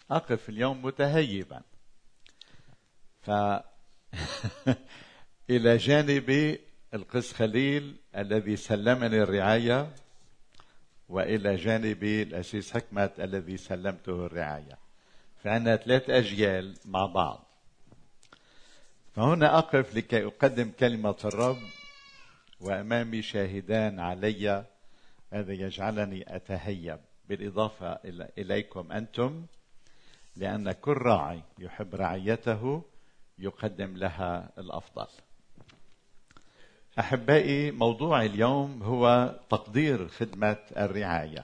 أقف اليوم متهيبا. إلى جانبي القس خليل الذي سلمني الرعاية، وإلى جانبي الأسيس حكمة الذي سلمته الرعاية، فعنا 3 أجيال مع بعض. فهنا أقف لكي أقدم كلمة الرب، وأمامي شاهدان علي، هذا يجعلني أتهيب، بالإضافة إليكم أنتم، لأن كل راعي يحب رعيته يقدم لها الأفضل. أحبائي، موضوع اليوم هو تقدير خدمة الرعاية،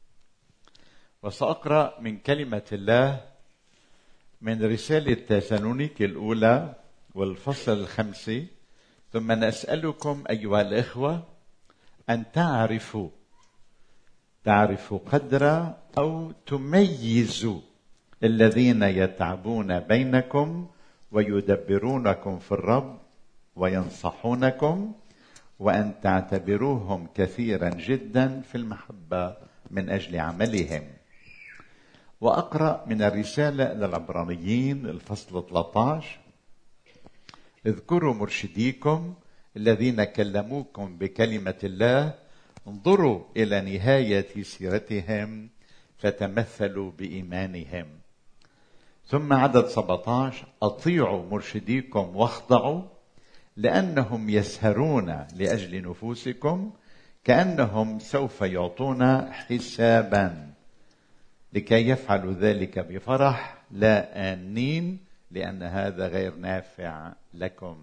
وسأقرأ من كلمة الله من رسالة تسالونيك الأولى والفصل 5. ثم نسألكم أيها الإخوة أن تعرفوا قدر أو تميزوا الذين يتعبون بينكم ويدبرونكم في الرب وينصحونكم، وأن تعتبروهم كثيرا جدا في المحبة من أجل عملهم. وأقرأ من الرسالة للعبرانيين الفصل 13. اذكروا مرشديكم الذين كلموكم بكلمة الله، انظروا إلى نهاية سيرتهم فتمثلوا بإيمانهم. ثم عدد 17. أطيعوا مرشديكم واخضعوا، لأنهم يسهرون لأجل نفوسكم كأنهم سوف يعطون حسابا، لكي يفعلوا ذلك بفرح لا آنين، لأن هذا غير نافع لكم.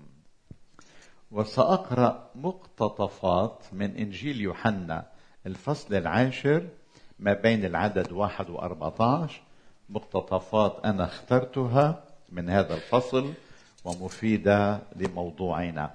وسأقرأ مقتطفات من إنجيل يوحنا الفصل 10 ما بين العدد 1 و14، مقتطفات أنا اخترتها من هذا الفصل ومفيدة لموضوعنا.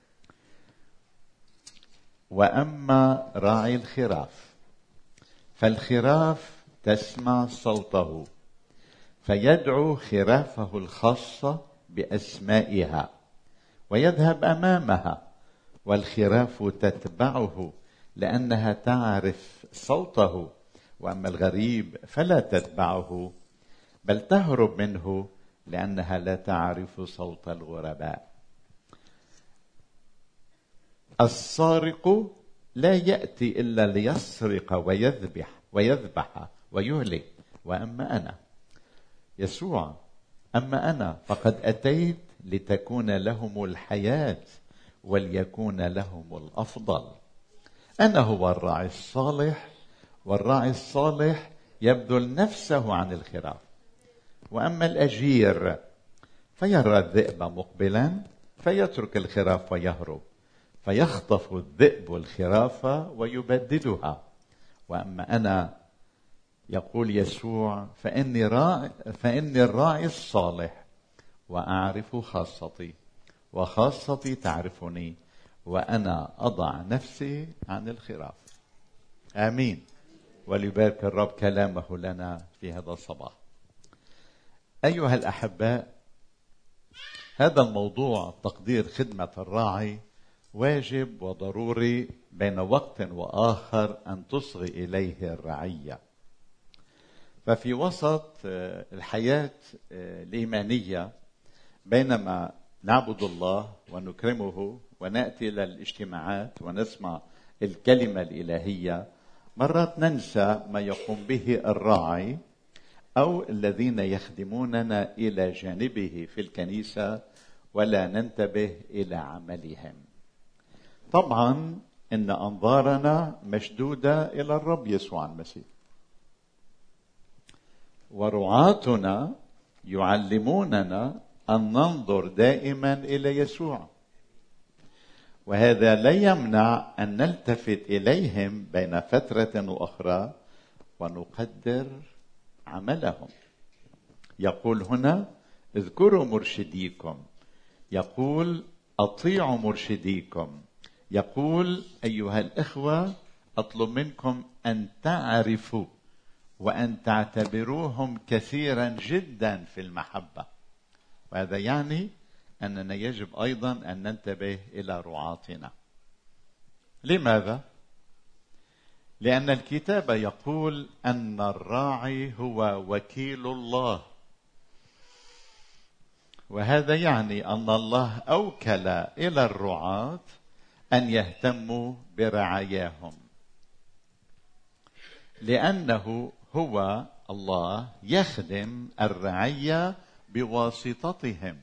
وأما راعي الخراف فالخراف تسمع صوته، فيدعو خرافه الخاصة بأسمائها ويذهب أمامها، والخراف تتبعه لأنها تعرف صوته. وأما الغريب فلا تتبعه، بل تهرب منه، لأنها لا تعرف صوت الغرباء. السارق لا يأتي إلا ليسرق ويذبح ويهلك. وأما أنا يسوع، أما أنا فقد أتيت لتكون لهم الحياة وليكون لهم الأفضل. أنا هو الراعي الصالح، والراعي الصالح يبذل نفسه عن الخراف. وأما الأجير فيرى الذئب مقبلا فيترك الخراف ويهرب، فيخطف الذئب الخراف ويبددها. وأما أنا، يقول يسوع، فإني الراعي الصالح، وأعرف خاصتي وخاصتي تعرفني، وأنا أضع نفسي عن الخراف. آمين. وليبارك الرب كلامه لنا في هذا الصباح. أيها الأحباء، هذا الموضوع تقدير خدمة الراعي واجب وضروري بين وقت وآخر أن تصغي إليه الرعية. ففي وسط الحياة الإيمانية، بينما نعبد الله ونكرمه ونأتي إلى الاجتماعات ونسمع الكلمة الإلهية، مرات ننسى ما يقوم به الراعي أو الذين يخدموننا إلى جانبه في الكنيسة، ولا ننتبه إلى عملهم. طبعا إن أنظارنا مشدودة إلى الرب يسوع المسيح، ورعاتنا يعلموننا أن ننظر دائما إلى يسوع، وهذا لا يمنع أن نلتفت إليهم بين فترة وأخرى ونقدر عملهم. يقول هنا اذكروا مرشديكم، يقول أطيعوا مرشديكم، يقول أيها الإخوة أطلب منكم أن تعرفوا وأن تعتبروهم كثيرا جدا في المحبة. وهذا يعني أننا يجب أيضا أن ننتبه إلى رعاتنا. لماذا؟ لأن الكتاب يقول أن الراعي هو وكيل الله، وهذا يعني أن الله أوكل إلى الرعاة أن يهتموا برعاياهم، لأنه هو الله يخدم الرعية بواسطتهم.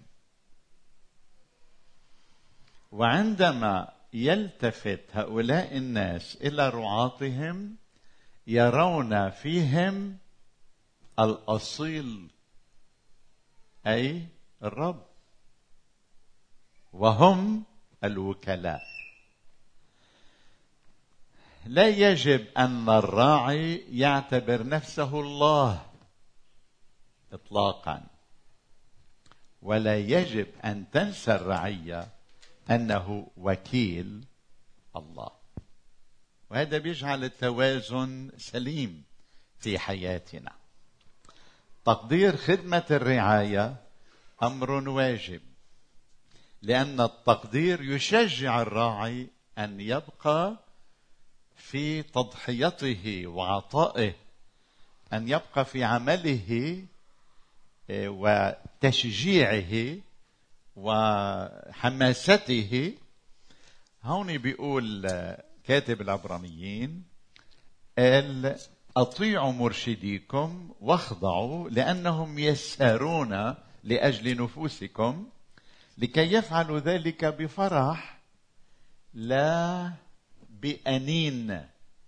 وعندما يلتفت هؤلاء الناس إلى رعاتهم يرون فيهم الأصيل، أي الرب، وهم الوكلاء. لا يجب أن الراعي يعتبر نفسه الله إطلاقا، ولا يجب أن تنسى الرعية أنه وكيل الله، وهذا بيجعل التوازن سليم في حياتنا. تقدير خدمة الرعاية أمر واجب، لأن التقدير يشجع الراعي أن يبقى في تضحيته وعطائه، أن يبقى في عمله وتشجيعه وحماسته. هون بيقول كاتب العبرانيين: قال أطيعوا مرشديكم واخضعوا، لأنهم يسهرون لأجل نفوسكم لكي يفعلوا ذلك بفرح لا بأنين.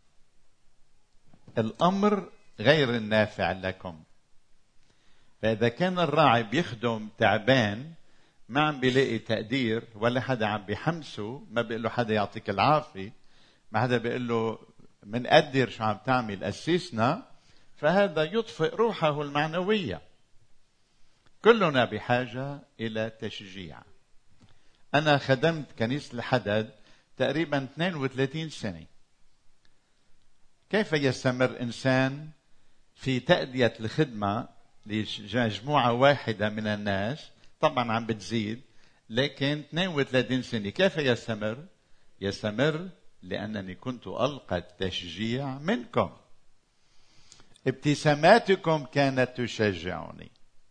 الأمر غير النافع لكم. فإذا كان الراعي بيخدم تعبان ما عم بيلاقي تقدير، ولا حدا عم بيحمسه، ما بيقول له حدا يعطيك العافية، ما حدا بيقول له منقدر شو عم تعمل أسسنا، فهذا يطفئ روحه المعنوية. كلنا بحاجة إلى تشجيع. أنا خدمت كنيسة الحدد تقريبا 32 سنة. كيف يستمر إنسان في تأدية الخدمة لمجموعة واحدة من الناس؟ طبعا عم بتزيد، لكن 32 سنة كيف يستمر؟ يستمر لأنني كنت ألقى التشجيع منكم. ابتساماتكم كانت تشجعني،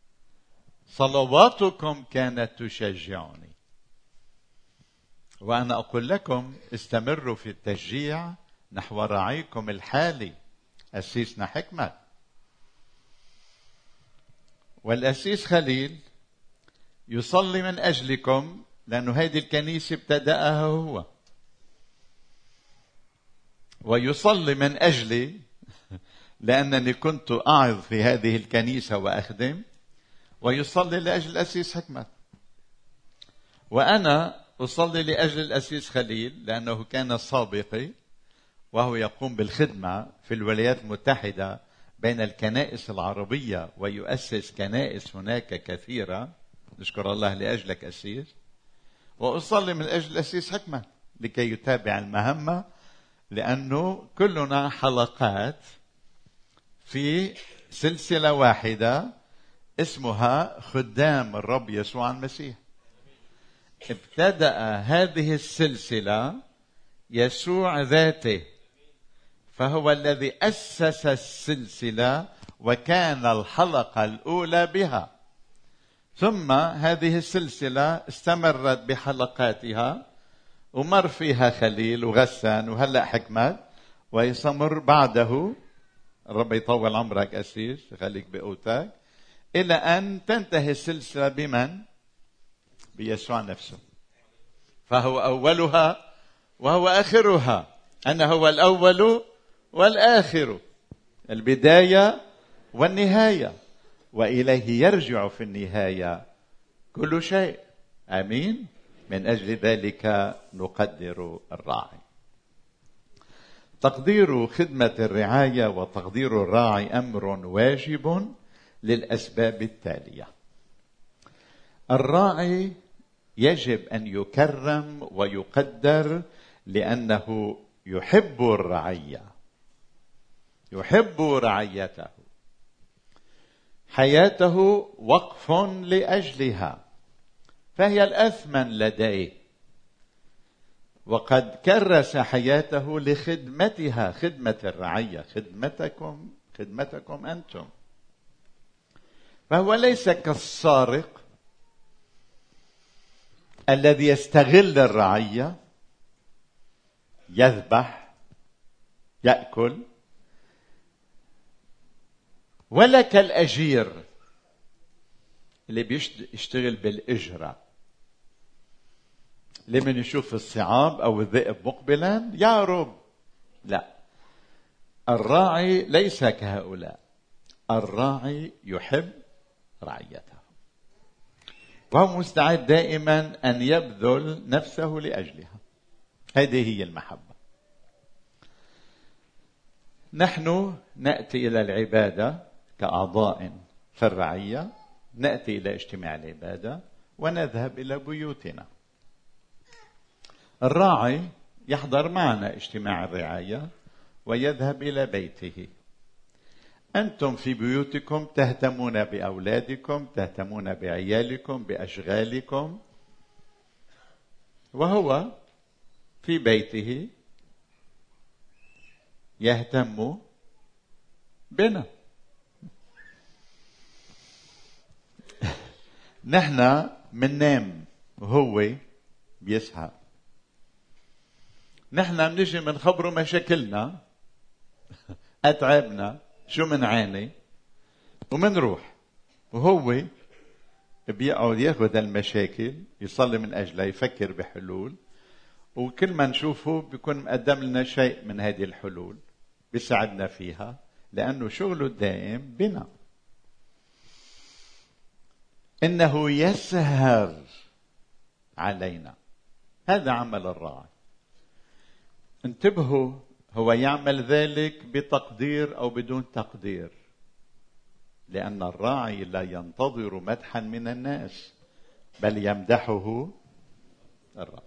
صلواتكم كانت تشجعني، وأنا أقول لكم استمروا في التشجيع نحو راعيكم الحالي أسيسنا حكمة. والأسيس خليل يصلي من أجلكم، لأنه هذه الكنيسة ابتدأها هو، ويصلي من أجلي لأنني كنت أعظ في هذه الكنيسة وأخدم، ويصلي لأجل الأسيس حكمة. وأنا أصلي لأجل الأسيس خليل لأنه كان سابقي، وهو يقوم بالخدمة في الولايات المتحدة بين الكنائس العربية، ويؤسس كنائس هناك كثيرة. نشكر الله لأجلك أسيس. وأصلي من أجل الأسيس حكمة لكي يتابع المهمة، لأنه كلنا حلقات في سلسلة واحدة اسمها خدام الرب يسوع المسيح. ابتدأ هذه السلسلة يسوع ذاته، فهو الذي أسس السلسلة وكان الحلقة الأولى بها. ثم هذه السلسلة استمرت بحلقاتها، ومر فيها خليل وغسان وهلأ حكمت، ويستمر بعده. الرب يطول عمرك أسيس، خليك بقوتك، إلى أن تنتهي السلسلة بمن؟ بيسوع نفسه. فهو أولها وهو آخرها. أنا هو الأول والآخر، البداية والنهاية، وإليه يرجع في النهاية كل شيء. آمين. من أجل ذلك نقدر الراعي. تقدير خدمة الرعاية وتقدير الراعي أمر واجب للأسباب التالية. الراعي يجب أن يكرم ويقدر لأنه يحب الرعية، يحب رعيته، حياته وقف لأجلها، فهي الأثمن لديه. وقد كرس حياته لخدمتها، خدمة الرعية، خدمتكم أنتم. فهو ليس كالسارق الذي يستغل الرعية، يذبح، يأكل، ولا كالأجير اللي بيشتغل بالإجرة، لمن يشوف الصعاب أو الذئب مقبلا يهرب. لا، الراعي ليس كهؤلاء. الراعي يحب رعيته، وهو مستعد دائما أن يبذل نفسه لأجلها. هذه هي المحبة. نحن نأتي إلى العبادة كأعضاء في الرعية، نأتي إلى اجتماع العبادة ونذهب إلى بيوتنا. الراعي يحضر معنا اجتماع الرعاية ويذهب إلى بيته. أنتم في بيوتكم تهتمون بأولادكم، تهتمون بعيالكم، بأشغالكم، وهو في بيته يهتم بنا. نحن مننام وهو بيسهر. نحن بنجي منخبره مشاكلنا، أتعبنا، شو منعاني، ومنروح، وهو بيقعد ياخذ المشاكل، يصلي من أجلها، يفكر بحلول، وكل ما نشوفه بيكون مقدم لنا شيء من هذه الحلول، بيساعدنا فيها، لأنه شغله الدائم بنا. إنه يسهر علينا. هذا عمل الراعي. انتبهوا، هو يعمل ذلك بتقدير أو بدون تقدير، لأن الراعي لا ينتظر مدحا من الناس، بل يمدحه الرب.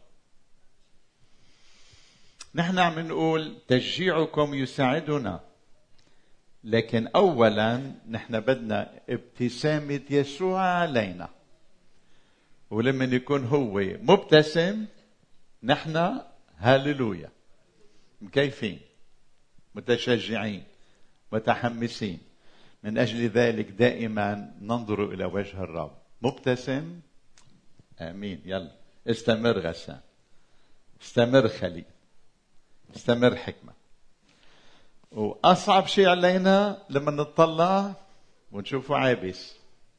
نحن عم نقول تشجيعكم يساعدنا، لكن أولا نحن بدنا ابتسامة يسوع علينا، ولما يكون هو مبتسم نحن هاللويا، مكيفين، متشجعين، متحمسين. من أجل ذلك دائما ننظر إلى وجه الرب مبتسم. آمين. يلا استمر غسان، استمر خليل، استمر حكمة. وأصعب شيء علينا لما نطلع ونشوفه عابس.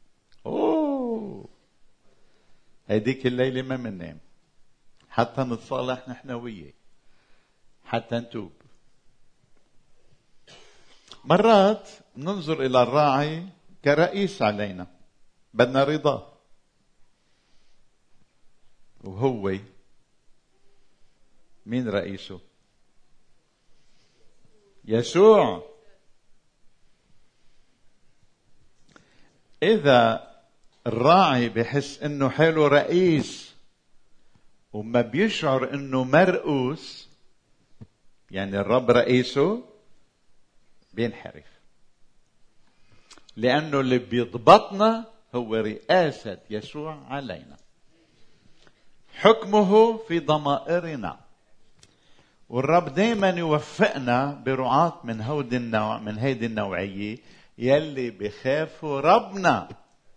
هيديك الليلة ما مننام حتى نتصالح نحن وياه، حتى نتوب. مرات ننظر إلى الراعي كرئيس علينا، بدنا رضاه، وهو مين رئيسه؟ يسوع. إذا الراعي بحس إنه حاله رئيس وما بيشعر إنه مرؤوس، يعني الرب رئيسه، بينحرف. لأنه اللي بيضبطنا هو رئاسة يسوع علينا، حكمه في ضمائرنا. والرب دائما يوفقنا برعاة من هودي النوع، من هيدي النوعية، يلي بخافوا ربنا،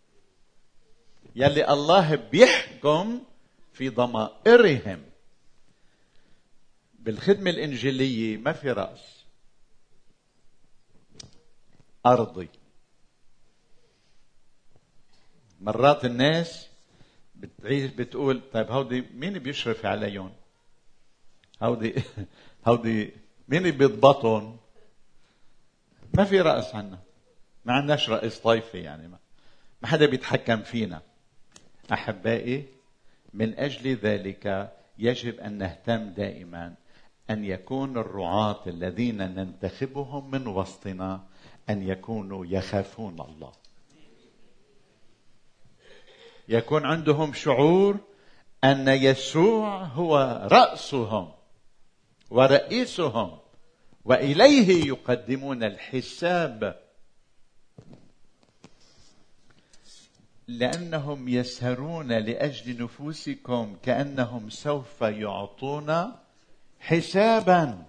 يلي الله بيحكم في ضمائرهم. بالخدمة الإنجيلية ما في رأس أرضي. مرات الناس بتقول طيب هودي مين بيشرف عليهم؟ هودي مين بيضبطهم؟ ما في رأس عنا، ما عندناش رئيس طائفة، يعني ما حدا بيتحكم فينا. أحبائي، من أجل ذلك يجب أن نهتم دائما أن يكون الرعاة الذين ننتخبهم من وسطنا أن يكونوا يخافون الله، يكون عندهم شعور أن يسوع هو رأسهم ورئيسهم، وإليه يقدمون الحساب. لأنهم يسهرون لأجل نفوسكم كأنهم سوف يعطون حسابا.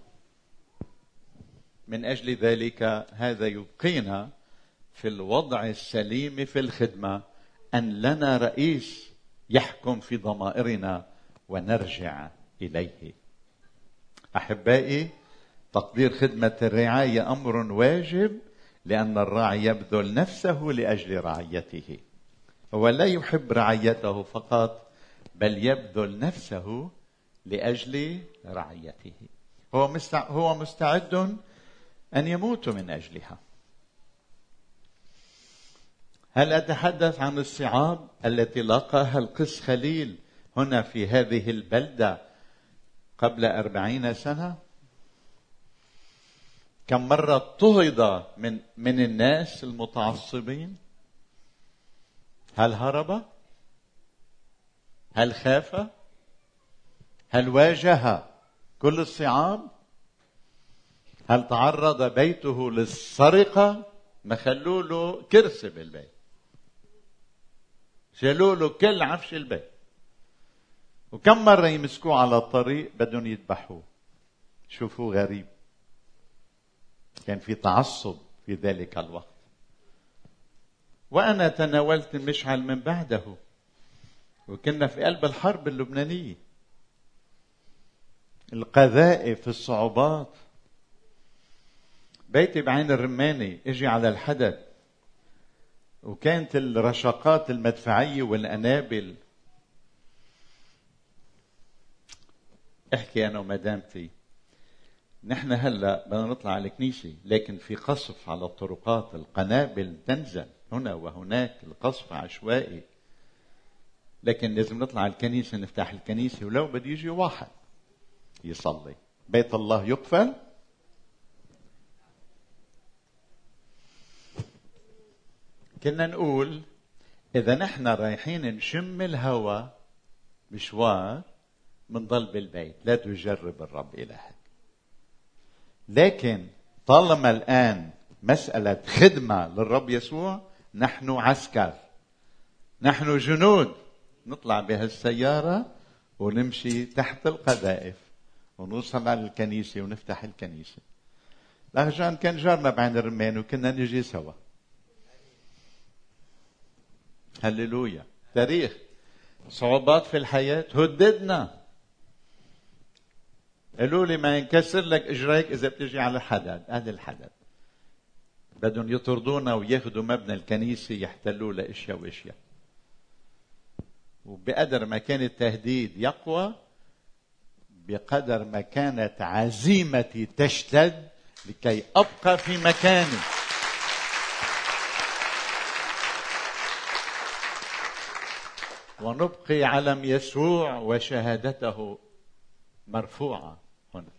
من أجل ذلك هذا يبقينا في الوضع السليم في الخدمة، أن لنا رئيس يحكم في ضمائرنا ونرجع إليه. أحبائي، تقدير خدمة الرعاية أمر واجب، لأن الراعي يبذل نفسه لأجل رعيته. هو لا يحب رعيته فقط، بل يبذل نفسه لأجل رعيته. هو مستعد أن يموت من أجلها. هل أتحدث عن الصعاب التي لاقاها القس خليل هنا في هذه البلدة قبل 40 سنة؟ كم مرة اضطهد من الناس المتعصبين؟ هل هرب؟ هل خاف؟ هل واجه كل الصعاب؟ هل تعرض بيته للسرقة؟ ما خلوا له كرسي بالبيت، شالوا له كل عفش البيت. وكم مرة يمسكوه على الطريق بدهم يذبحوه. شوفوا غريب، كان في تعصب في ذلك الوقت. وأنا تناولت المشعل من بعده، وكنا في قلب الحرب اللبنانية، القذائف، الصعوبات. بيتي بعين الرماني اجي على الحدث، وكانت الرشقات المدفعية والأنابل. احكي أنا ومدامتي، نحن هلأ بدنا نطلع على الكنيسة، لكن في قصف على الطرقات، القنابل تنزل هنا وهناك، القصف عشوائي. لكن لازم نطلع على الكنيسة، نفتح الكنيسة، ولو بده يجي واحد يصلي. بيت الله يقفل. كنا نقول إذا نحن رايحين نشم الهواء مشوار، منضل بالبيت، لا تجرب الرب إلهك. لكن طالما الآن مسألة خدمة للرب يسوع، نحن عسكر، نحن جنود، نطلع بهالسيارة ونمشي تحت القذائف ونوصل على الكنيسة ونفتح الكنيسة. لهجان كان جارنا بعين الرمان وكنا نجي سوا. هللويا. تاريخ صعوبات في الحياة، هددنا، قالوا لي ما ينكسر لك اجريك اذا بتجي على الحدد. هذا الحدد بدهم يطردونا وياخذوا مبنى الكنيسة، يحتلوا له اشياء واشياء. وبقدر ما كان التهديد يقوى، بقدر ما كانت عزيمتي تشتد لكي ابقى في مكاني. ونبقي علم يسوع وشهادته مرفوعة هنا.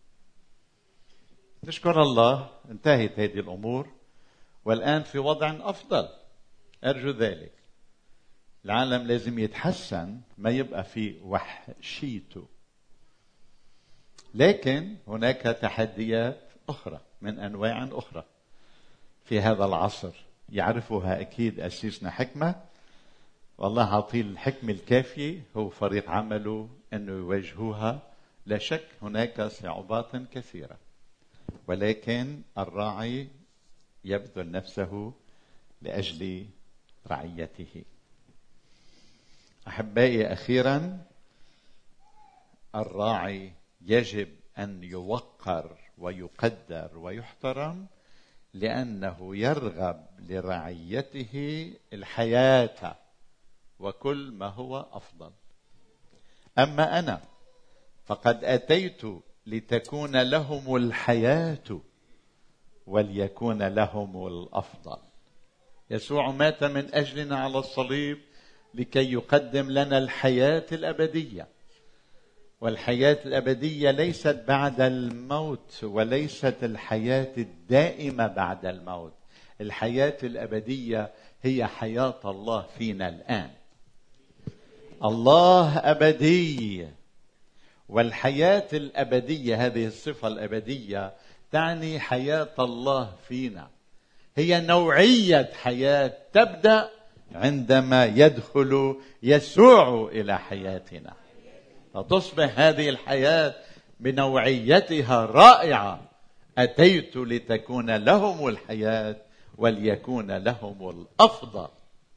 نشكر الله، انتهت هذه الأمور والآن في وضع أفضل، أرجو ذلك. العالم لازم يتحسن، ما يبقى في وحشيته. لكن هناك تحديات أخرى من أنواع أخرى في هذا العصر، يعرفها أكيد أسيسنا حكمة، والله عطيه الحكمة الكافية، هو فريق عمله أنه يواجهوها. لا شك هناك صعوبات كثيرة، ولكن الراعي يبذل نفسه لأجل رعيته. أحبائي، أخيرا، الراعي يجب أن يوقر ويقدر ويحترم، لأنه يرغب لرعيته الحياة وكل ما هو أفضل. أما أنا فقد أتيت لتكون لهم الحياة وليكون لهم الأفضل. يسوع مات من أجلنا على الصليب لكي يقدم لنا الحياة الأبدية. والحياة الأبدية ليست بعد الموت، وليست الحياة الدائمة بعد الموت. الحياة الأبدية هي حياة الله فينا الآن. الله أبدي، والحياة الأبدية، هذه الصفة الأبدية تعني حياة الله فينا. هي نوعية حياة تبدأ عندما يدخل يسوع إلى حياتنا، فتصبح هذه الحياة بنوعيتها رائعة. أتيت لتكون لهم الحياة وليكون لهم الأفضل.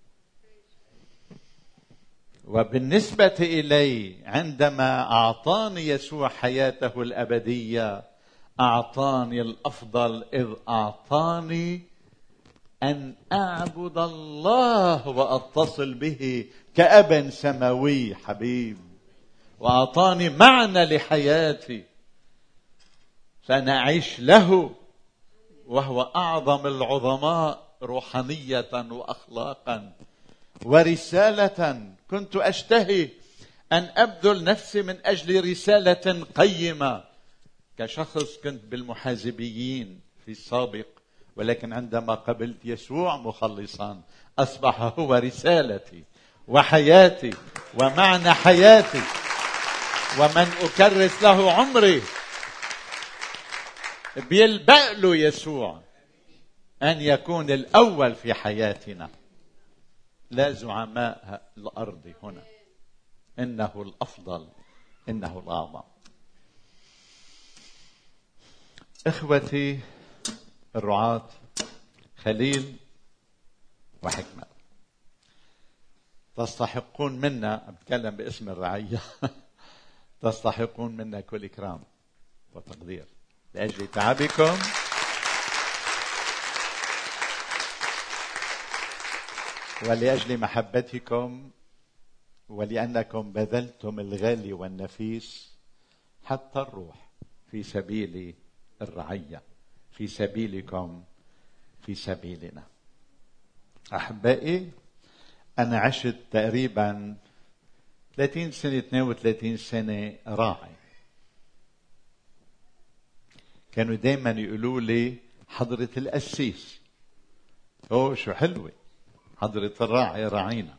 وبالنسبة إلي، عندما أعطاني يسوع حياته الأبدية أعطاني الأفضل، إذ أعطاني أن أعبد الله وأتصل به كأب سماوي حبيب، وأعطاني معنى لحياتي، فأنا أعيش له، وهو أعظم العظماء روحانية وأخلاقا ورسالة. كنت أشتهي أن أبذل نفسي من أجل رسالة قيمة. كشخص كنت بالمحاسبيين في السابق، ولكن عندما قبلت يسوع مخلصا أصبح هو رسالتي وحياتي ومعنى حياتي، ومن أكرس له عمري بيلبأ له يسوع أن يكون الأول في حياتنا، لا زعماء الأرض هنا. إنه الأفضل، إنه الأعظم. إخوتي الرعاة، خليل وحكمة، تستحقون منا، أتكلم باسم الرعية تستحقون منا كل إكرام وتقدير لأجل تعبكم ولأجل محبتكم، ولأنكم بذلتم الغالي والنفيس حتى الروح في سبيل الرعية، في سبيلكم، في سبيلنا. أحبائي، أنا عشت تقريبا 30 سنة 32 سنة راعي. كانوا دايما يقولوا لي حضرة القسيس. أوه شو حلوة حضرة الراعي، راعينا.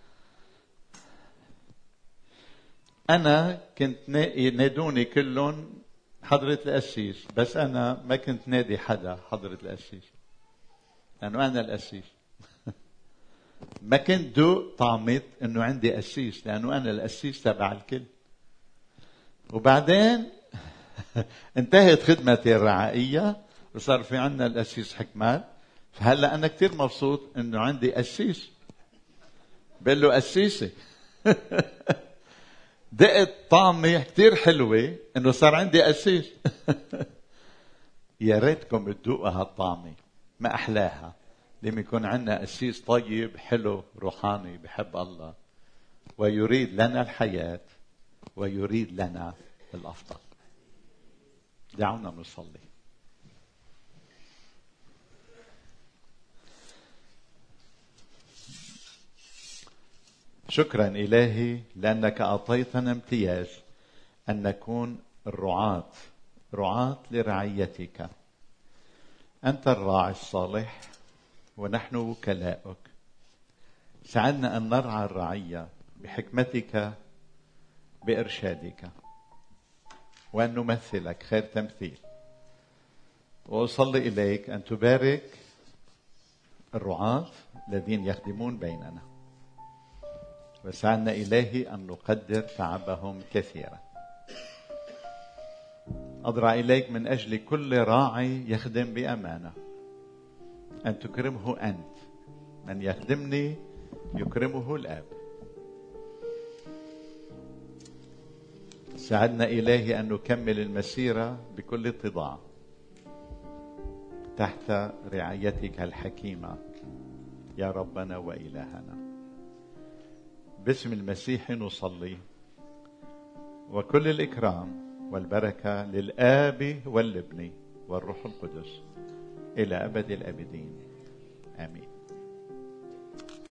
أنا كنت ينادوني كلهم حضرة القسيس، بس أنا ما كنت نادي حدا حضرة القسيس، لأنه أنا القسيس ما كنت دوق طعمت إنه عندي قسيس، لأنه أنا القسيس تبع الكل. وبعدين انتهت خدمتي الرعائية وصار في عنا القسيس حكمات. فهلأ أنا كتير مبسوط إنه عندي قسيس، بقول له قسيسي دقت طعمي كتير حلوة إنه صار عندي قسيس يا ريتكم تدوقوا هالطعمة، ما أحلاها لما يكون عندنا قسيس طيب حلو روحاني بحب الله ويريد لنا الحياة ويريد لنا الأفضل. دعونا نصلي. شكرا إلهي لأنك أعطيتنا امتياز أن نكون رعاة لرعيتك. أنت الراعي الصالح ونحن وكلاؤك. ساعدنا أن نرعى الرعية بحكمتك بإرشادك، وأن نمثلك خير تمثيل. وأصلي إليك أن تبارك الرعاة الذين يخدمون بيننا، وساعدنا إلهي أن نقدر تعبهم كثيرا. أضرع إليك من أجل كل راعي يخدم بأمانة أن تكرمه أنت. من يخدمني يكرمه الآب. ساعدنا إلهي أن نكمل المسيرة بكل اتضاع تحت رعايتك الحكيمة يا ربنا وإلهنا. باسم المسيح نصلي، وكل الإكرام والبركة للآب والابن والروح القدس إلى أبد الآبدين. آمين.